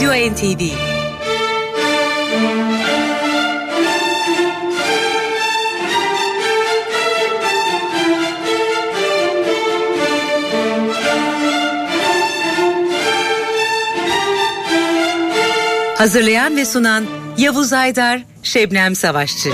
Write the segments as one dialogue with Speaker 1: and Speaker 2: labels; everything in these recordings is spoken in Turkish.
Speaker 1: Stüdyo NTV. Hazırlayan ve sunan Yavuz Aydar, Şebnem Savaşçı.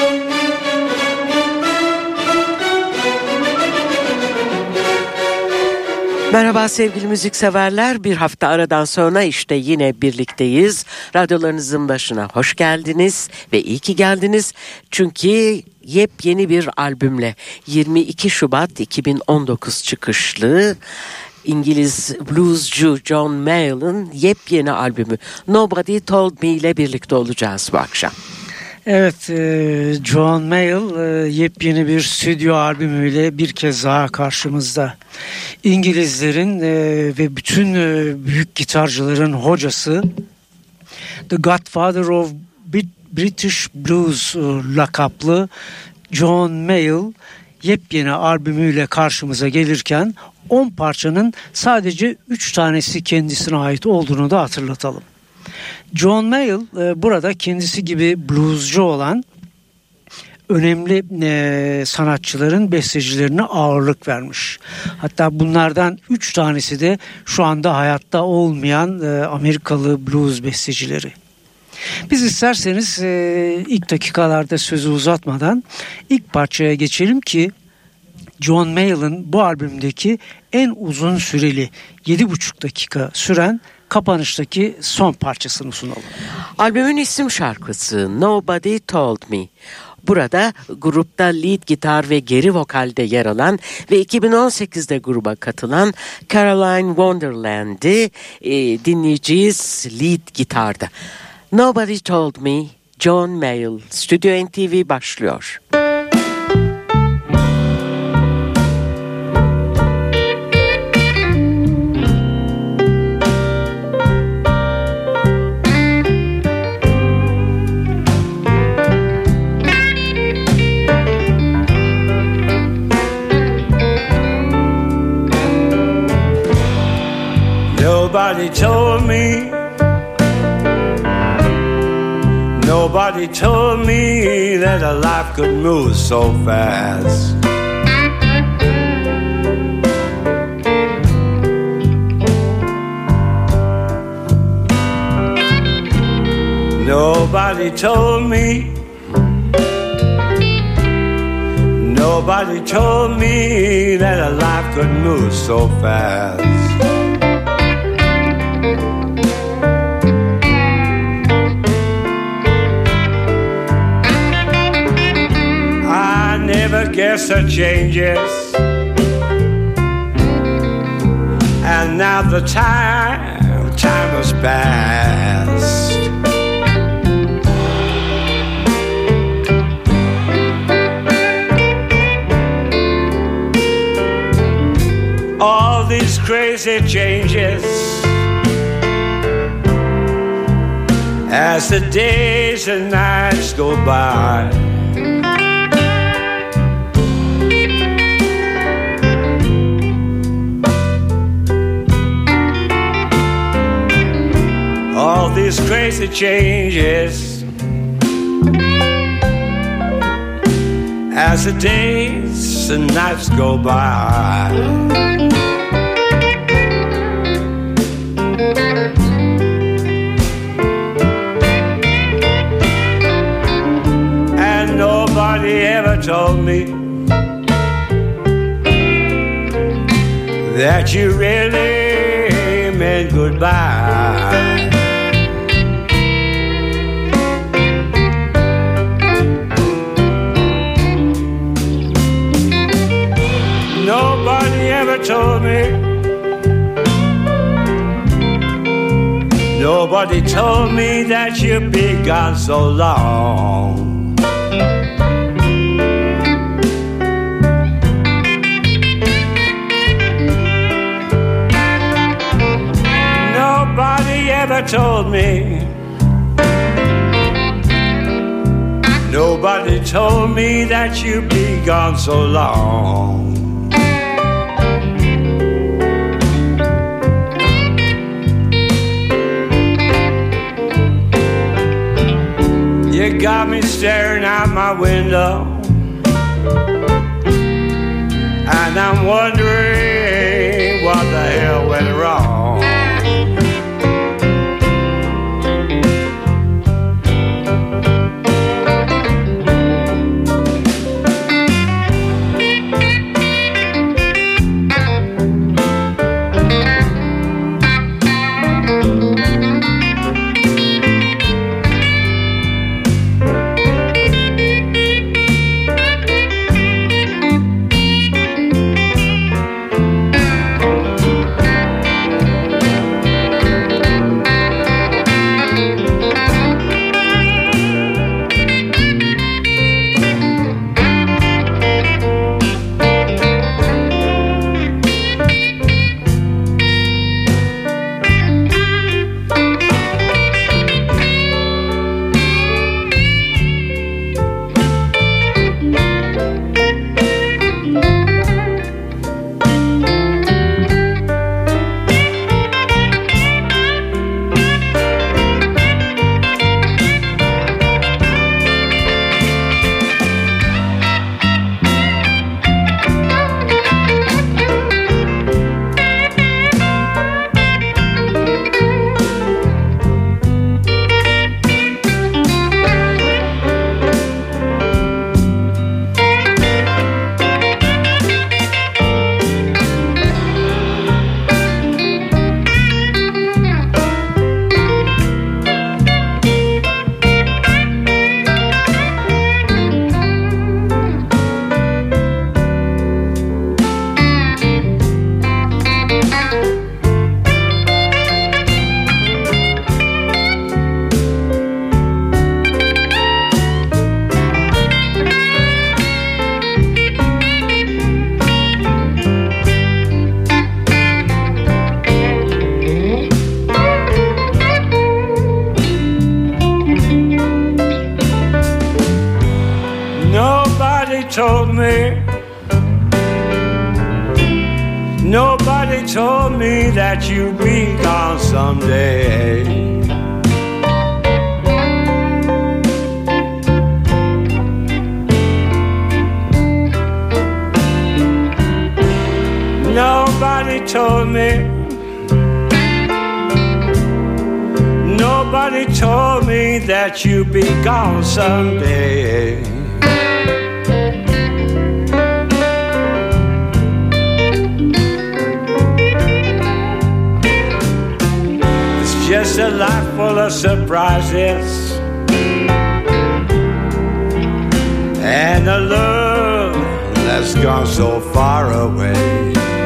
Speaker 2: Merhaba sevgili müzikseverler, bir hafta aradan sonra işte yine birlikteyiz. Radyolarınızın başına hoş geldiniz ve iyi ki geldiniz. Çünkü yepyeni bir albümle 22 Şubat 2019 çıkışlı İngiliz bluescu John Mayall'ın yepyeni albümü Nobody Told Me ile birlikte olacağız bu akşam.
Speaker 3: Evet, John Mayall yepyeni bir stüdyo albümüyle bir kez daha karşımızda. İngilizlerin ve bütün büyük gitarcıların hocası, The Godfather of British Blues lakaplı John Mayall yepyeni albümüyle karşımıza gelirken 10 parçanın sadece 3 tanesi kendisine ait olduğunu da hatırlatalım. John Mayall burada kendisi gibi bluescu olan önemli sanatçıların bestecilerine ağırlık vermiş. Hatta bunlardan 3 tanesi de şu anda hayatta olmayan Amerikalı blues bestecileri. Biz isterseniz ilk dakikalarda sözü uzatmadan ilk parçaya geçelim ki John Mayall'ın bu albümdeki en uzun süreli 7,5 dakika süren kapanıştaki son parçasını sunalım.
Speaker 2: Albümün isim şarkısı Nobody Told Me. Burada grupta lead gitar ve geri vokalde yer alan ve 2018'de gruba katılan Caroline Wonderland'i dinleyeceğiz lead gitarda. Nobody Told Me, John Mayall. Stüdyo NTV başlıyor.
Speaker 4: Nobody told me, nobody told me that a life could move so fast. Nobody told me, nobody told me that a life could move so fast. Never guess the changes, and now the time has passed. All these crazy changes, as the days and nights go by. All these crazy changes, as the days and nights go by. And nobody ever told me that you really meant goodbye. Nobody ever told me, nobody told me that you'd be gone so long. Nobody ever told me, nobody told me that you'd be gone so long. got me staring out my window, and I'm wondering what the hell went wrong. Nobody told me that you'd be gone someday. Nobody told me. Nobody told me that you'd be gone someday. Just a life full of surprises and a love that's gone so far away.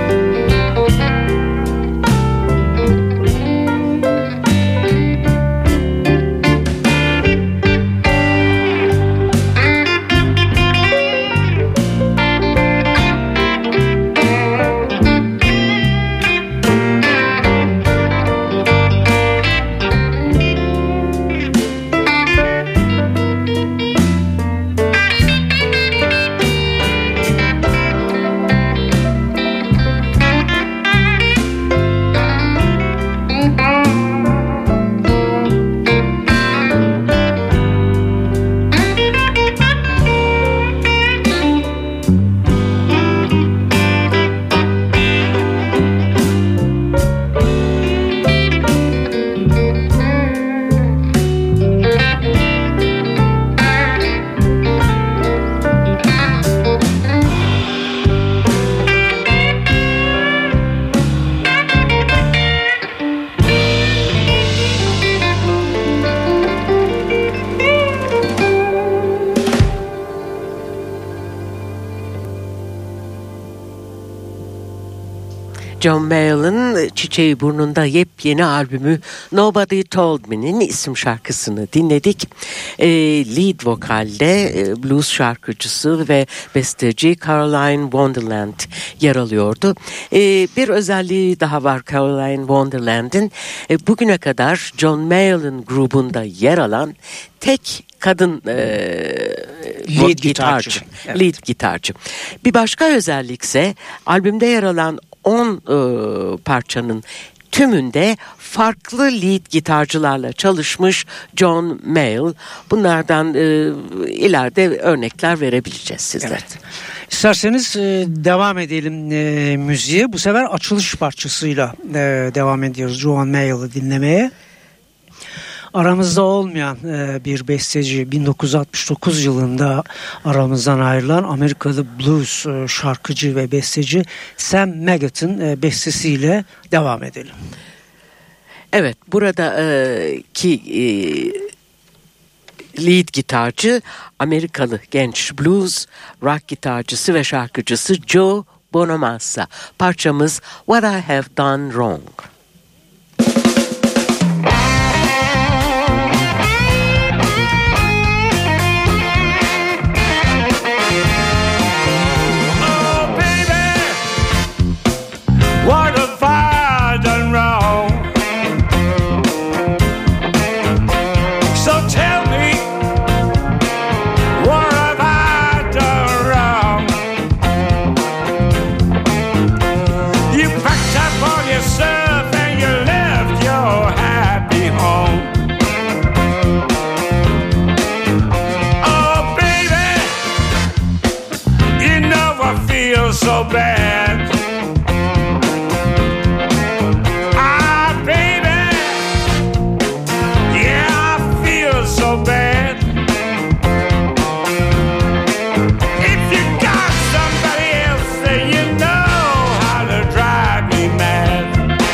Speaker 2: John Mayall'ın Çiçeği Burnunda yepyeni albümü Nobody Told Me'nin isim şarkısını dinledik. Lead vokalde blues şarkıcısı ve besteci Caroline Wonderland yer alıyordu. Bir özelliği daha var Caroline Wonderland'in. Bugüne kadar John Mayall'ın grubunda yer alan tek kadın
Speaker 3: lead gitarcı.
Speaker 2: Evet. Lead gitarcı. Bir başka özellikse albümde yer alan 10 parçanın tümünde farklı lead gitarcılarla çalışmış John Mayall. Bunlardan ileride örnekler verebileceğiz sizlere.
Speaker 3: Evet. İsterseniz devam edelim müziğe. Bu sefer açılış parçasıyla devam ediyoruz Joan Mayall'ı dinlemeye. Aramızda olmayan bir besteci, 1969 yılında aramızdan ayrılan Amerikalı blues şarkıcı ve besteci Sam Maggott'ın bestesiyle devam edelim.
Speaker 2: Evet, buradaki lead gitarcı Amerikalı genç blues, rock gitarcısı ve şarkıcısı Joe Bonamassa. Parçamız What I Have Done Wrong.
Speaker 4: So bad, baby, yeah, I feel so bad. If you got somebody else, then you know how to drive me mad.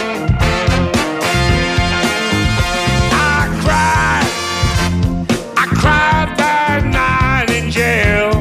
Speaker 4: I cried that night in jail.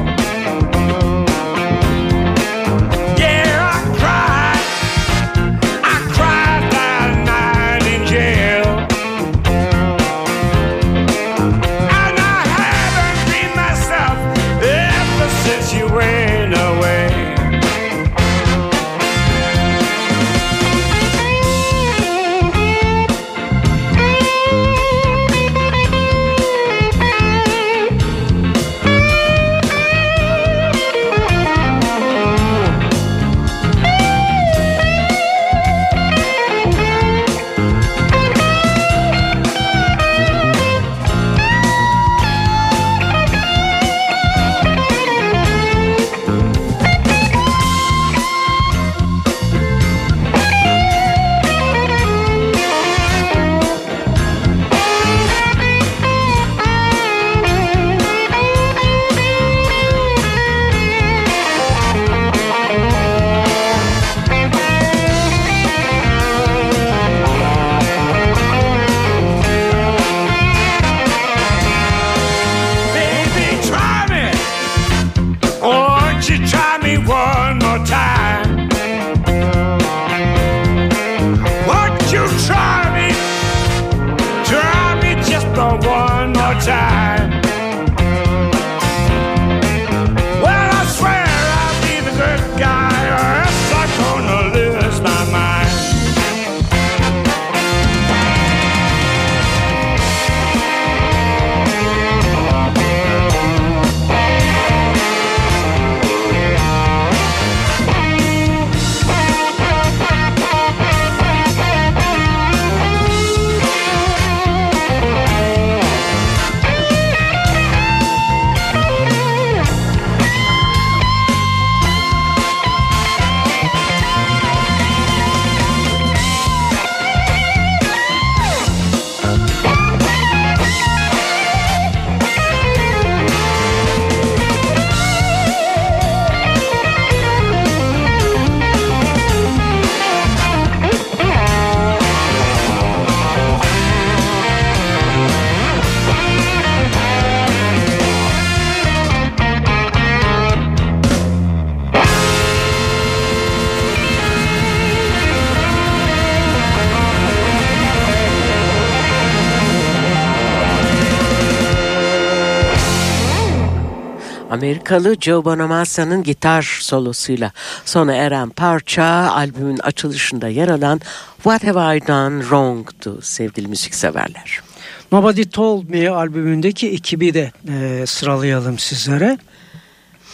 Speaker 2: Amerikalı Joe Bonamassa'nın gitar solosuyla sona eren parça albümün açılışında yer alan What Have I Done Wrong'tu sevgili müzikseverler.
Speaker 3: Nobody Told Me albümündeki ekibi de sıralayalım sizlere.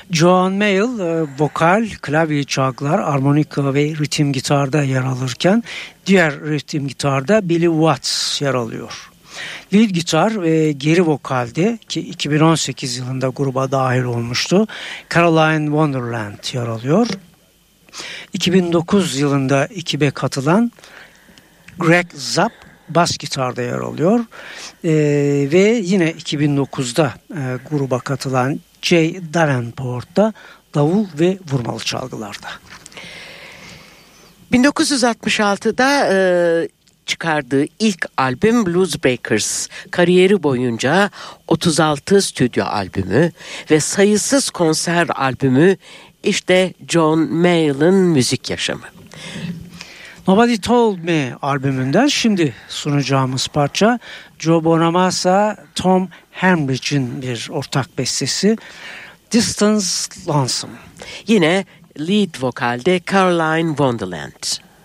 Speaker 3: Joan Mayall vokal, klavye çalgılar, armonika ve ritim gitarda yer alırken diğer ritim gitarda Billy Watts yer alıyor. Lead gitar ve geri vokalde ki 2018 yılında gruba dahil olmuştu Caroline Wonderland yer alıyor. 2009 yılında ekibe katılan Greg Zapp bas gitarda yer alıyor. Ve yine 2009'da gruba katılan Jay Davenport da davul ve vurmalı çalgılarda.
Speaker 2: 1966'da çıkardığı ilk albüm Blues Breakers, kariyeri boyunca 36 stüdyo albümü ve sayısız konser albümü, işte John Mayall'ın müzik yaşamı.
Speaker 3: Nobody Told Me albümünden şimdi sunacağımız parça Joe Bonamassa, Tom Hambridge'in bir ortak bestesi Distance Lonesome.
Speaker 2: Yine lead vokalde Caroline Wonderland.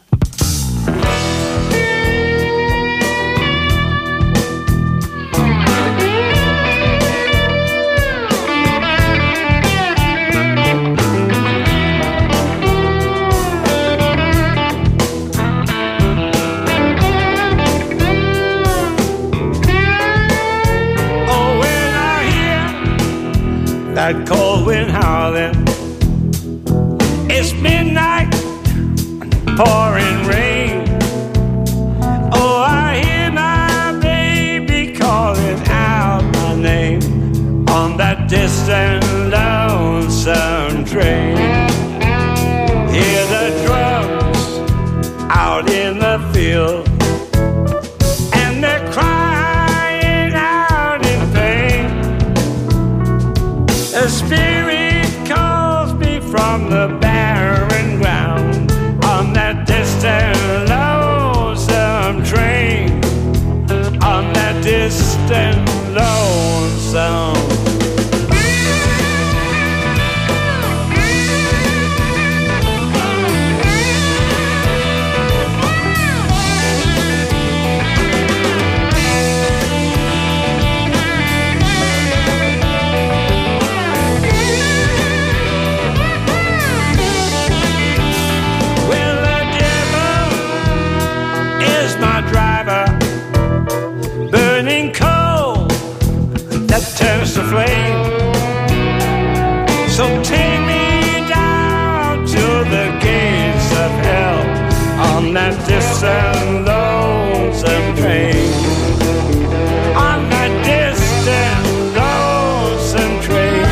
Speaker 4: That cold wind howling, it's midnight, pouring rain. Oh, I hear my baby calling out my name on that distant lonesome train. Hear the drums out in the field, and they're crying out in pain. The spirit calls me from the barren ground on that distant lonesome train, on that distant lonesome. Turns to flame. So take me down to the gates of hell on that distant lonesome train, on that distant lonesome train.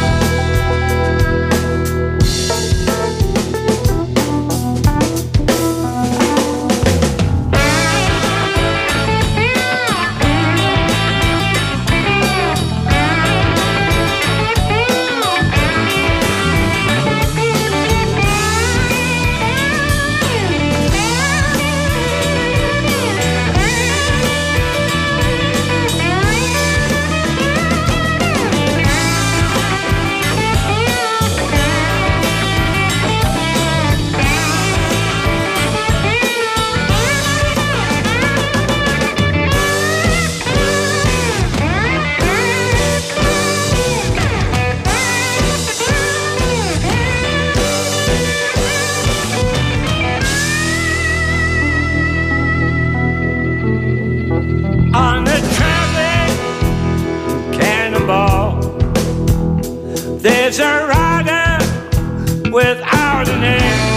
Speaker 4: On a traveling cannonball, there's a rider without a name.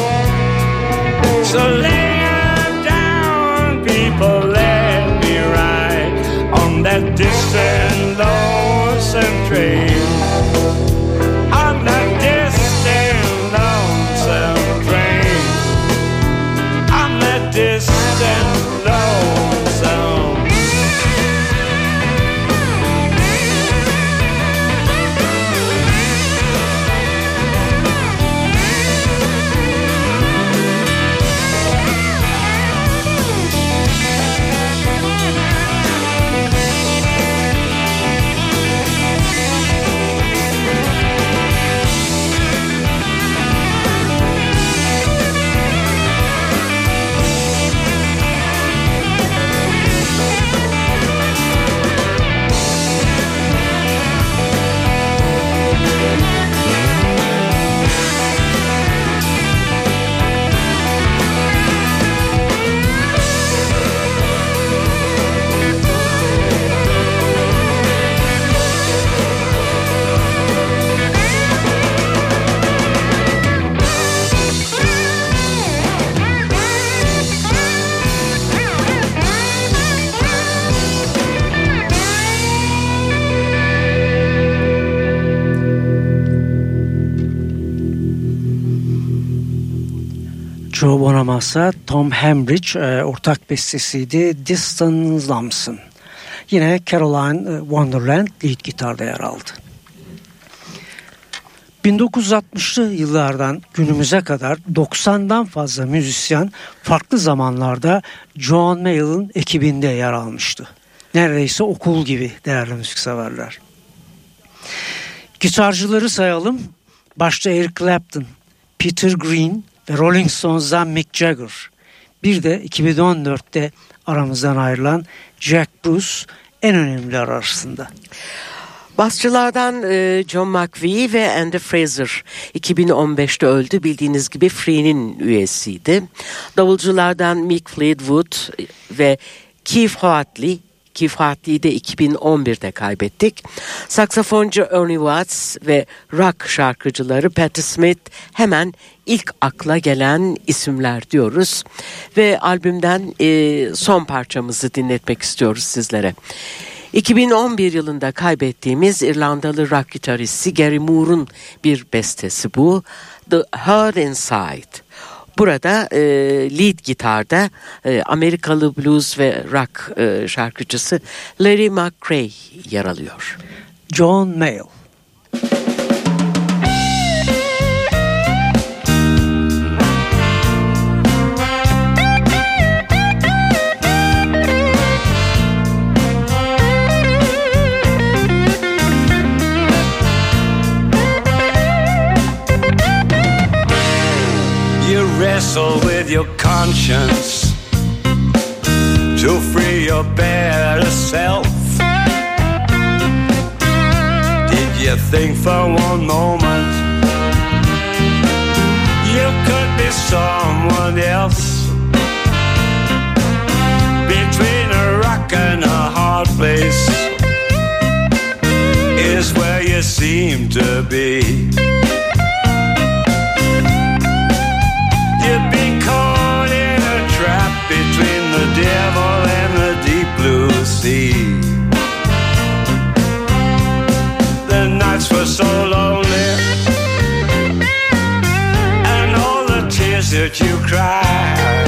Speaker 4: So lay her down, people, let me ride on that distant lonesome train, on that distant lonesome train, on that distant lonesome.
Speaker 3: Joe Bonamassa, Tom Hambridge ortak bestesiydi. Distant Lamson. Yine Caroline Wonderland lead gitarda yer aldı. 1960'lı yıllardan günümüze kadar 90'dan fazla müzisyen farklı zamanlarda Joan Mayall'ın ekibinde yer almıştı. Neredeyse okul gibi değerli müzikseverler. Gitarcıları sayalım. Başta Eric Clapton, Peter Green ve Rolling Stones'dan Mick Jagger. Bir de 2014'te aramızdan ayrılan Jack Bruce en önemliler arasında.
Speaker 2: Basçılardan John McVie ve Andy Fraser 2015'te öldü. Bildiğiniz gibi Free'nin üyesiydi. Davulculardan Mick Fleetwood ve Keith Hartley. Keith Hartley'i de 2011'de kaybettik. Saksafoncu Ernie Watts ve rock şarkıcıları Patti Smith hemen ilk akla gelen isimler diyoruz. Ve albümden son parçamızı dinletmek istiyoruz sizlere. 2011 yılında kaybettiğimiz İrlandalı rock gitaristi Gary Moore'un bir bestesi bu. The Hurt Inside. Burada lead gitarda Amerikalı blues ve rock şarkıcısı Larry McCray yer alıyor.
Speaker 3: Joan Mayall.
Speaker 4: Wrestle with your conscience to free your better self. Did you think for one moment you could be someone else? Between a rock and a hard place is where you seem to be. You've been caught in a trap between the devil and the deep blue sea. The nights were so lonely, and all the tears that you cried,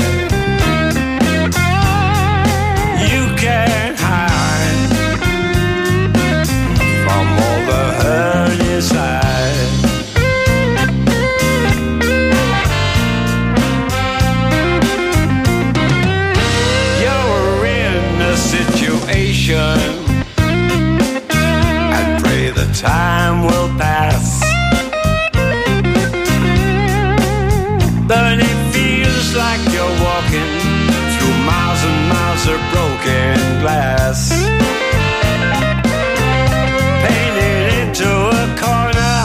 Speaker 4: you can't hide from all the hurt inside. And pray the time will pass, but it feels like you're walking through miles and miles of broken glass, painted into a corner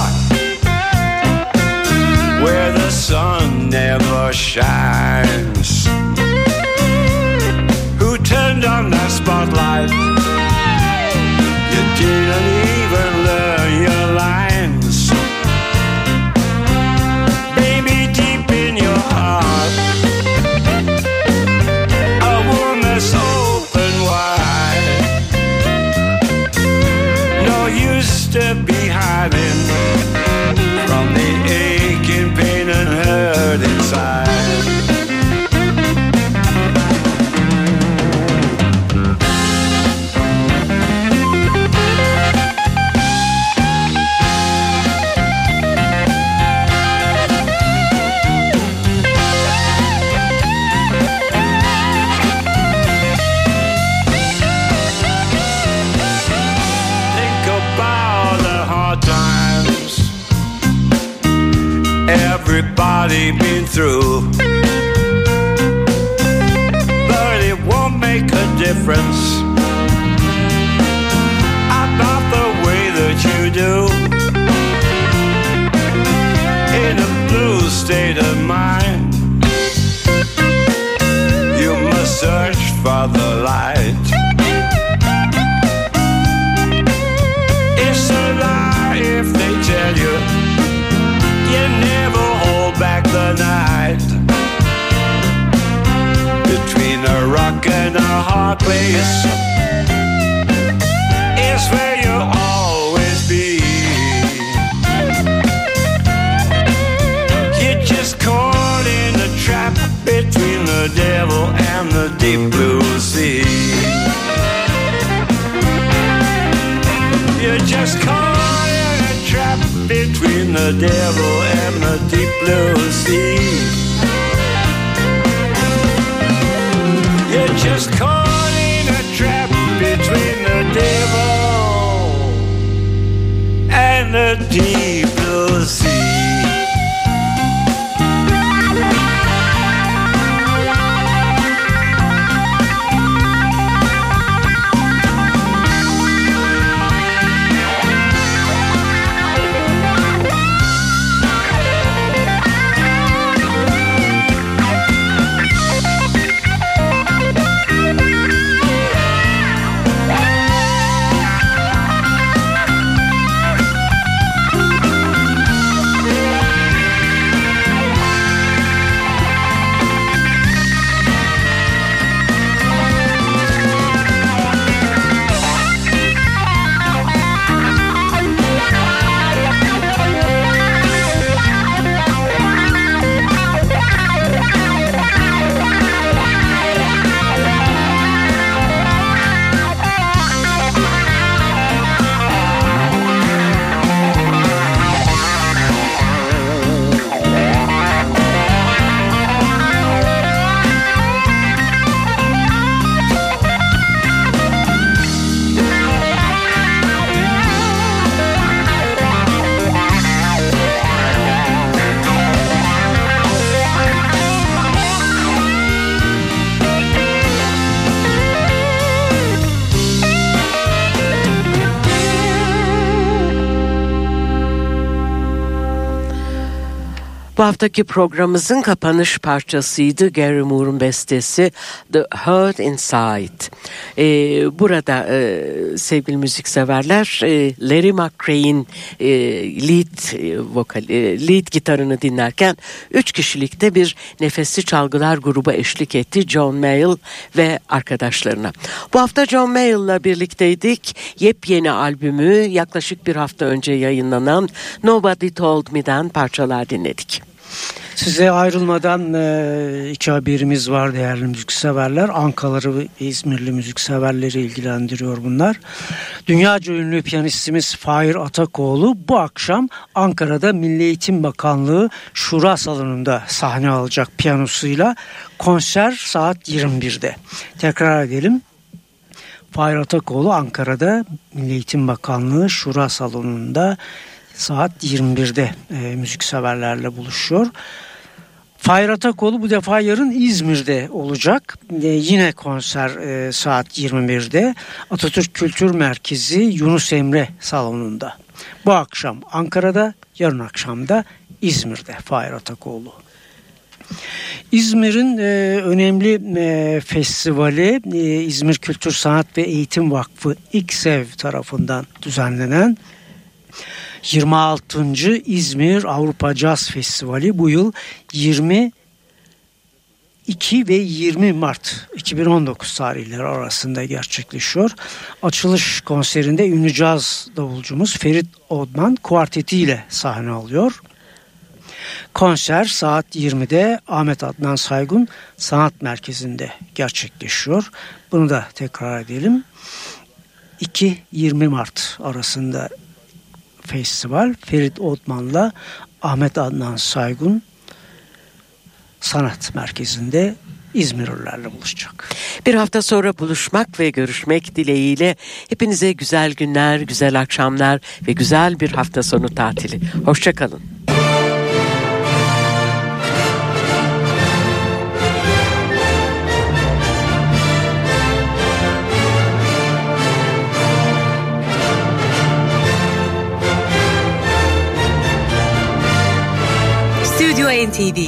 Speaker 4: where the sun never shines. Who turned on that spotlight? You didn't even learn your lines. Baby, deep in your heart, a woman's open wide. No use to be hiding from the aching pain and hurt inside. Everybody been through, but it won't make a difference about the way that you do. In a blue state of mind, you must search for the light. It's a lie if they tell you you never hold back the night. Between a rock and a hard place is where you'll always be. You're just caught in a trap just caught in a trap between the devil and the deep blue sea. You're just caught in a trap between the devil and the deep blue sea.
Speaker 2: Bu haftaki programımızın kapanış parçasıydı. Gary Moore'un bestesi The Hurt Inside. Burada sevgili müzikseverler Larry McRae'in lead gitarını dinlerken 3 kişilikte bir nefesli çalgılar grubu eşlik etti. John Mayall ve arkadaşlarına. Bu hafta John Mayall'la birlikteydik. Yepyeni albümü yaklaşık bir hafta önce yayınlanan Nobody Told Me'den parçalar dinledik.
Speaker 3: Size ayrılmadan iki haberimiz var değerli müzikseverler. Ankaları ve İzmirli müzikseverleri ilgilendiriyor bunlar. Dünyaca ünlü piyanistimiz Fahir Atakoğlu bu akşam Ankara'da Milli Eğitim Bakanlığı Şura Salonu'nda sahne alacak piyanosuyla. Konser saat 21'de. Tekrar edelim. Fahir Atakoğlu Ankara'da Milli Eğitim Bakanlığı Şura Salonu'nda saat 21'de müzikseverlerle buluşuyor. Fahir Atakoğlu bu defa yarın İzmir'de olacak. Yine konser saat 21'de Atatürk Kültür Merkezi Yunus Emre Salonu'nda. Bu akşam Ankara'da, yarın akşam da İzmir'de Fahir Atakoğlu. İzmir'in önemli festivali İzmir Kültür Sanat ve Eğitim Vakfı İKSEV tarafından düzenlenen 26. İzmir Avrupa Caz Festivali bu yıl 22 ve 20 Mart 2019 tarihleri arasında gerçekleşiyor. Açılış konserinde ünlü caz davulcumuz Ferit Odman kuartetiyle sahne alıyor. Konser saat 20'de Ahmet Adnan Saygun Sanat Merkezi'nde gerçekleşiyor. Bunu da tekrar edelim. 2-20 Mart arasında festival Ferit Odman'la Ahmet Adnan Saygun Sanat Merkezi'nde İzmirlilerle buluşacak.
Speaker 2: Bir hafta sonra buluşmak ve görüşmek dileğiyle hepinize güzel günler, güzel akşamlar ve güzel bir hafta sonu tatili. Hoşça kalın.
Speaker 1: NTV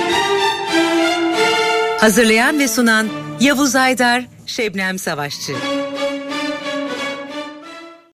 Speaker 1: Hazırlayan ve sunan Yavuz Aydar, Şebnem Savaşçı.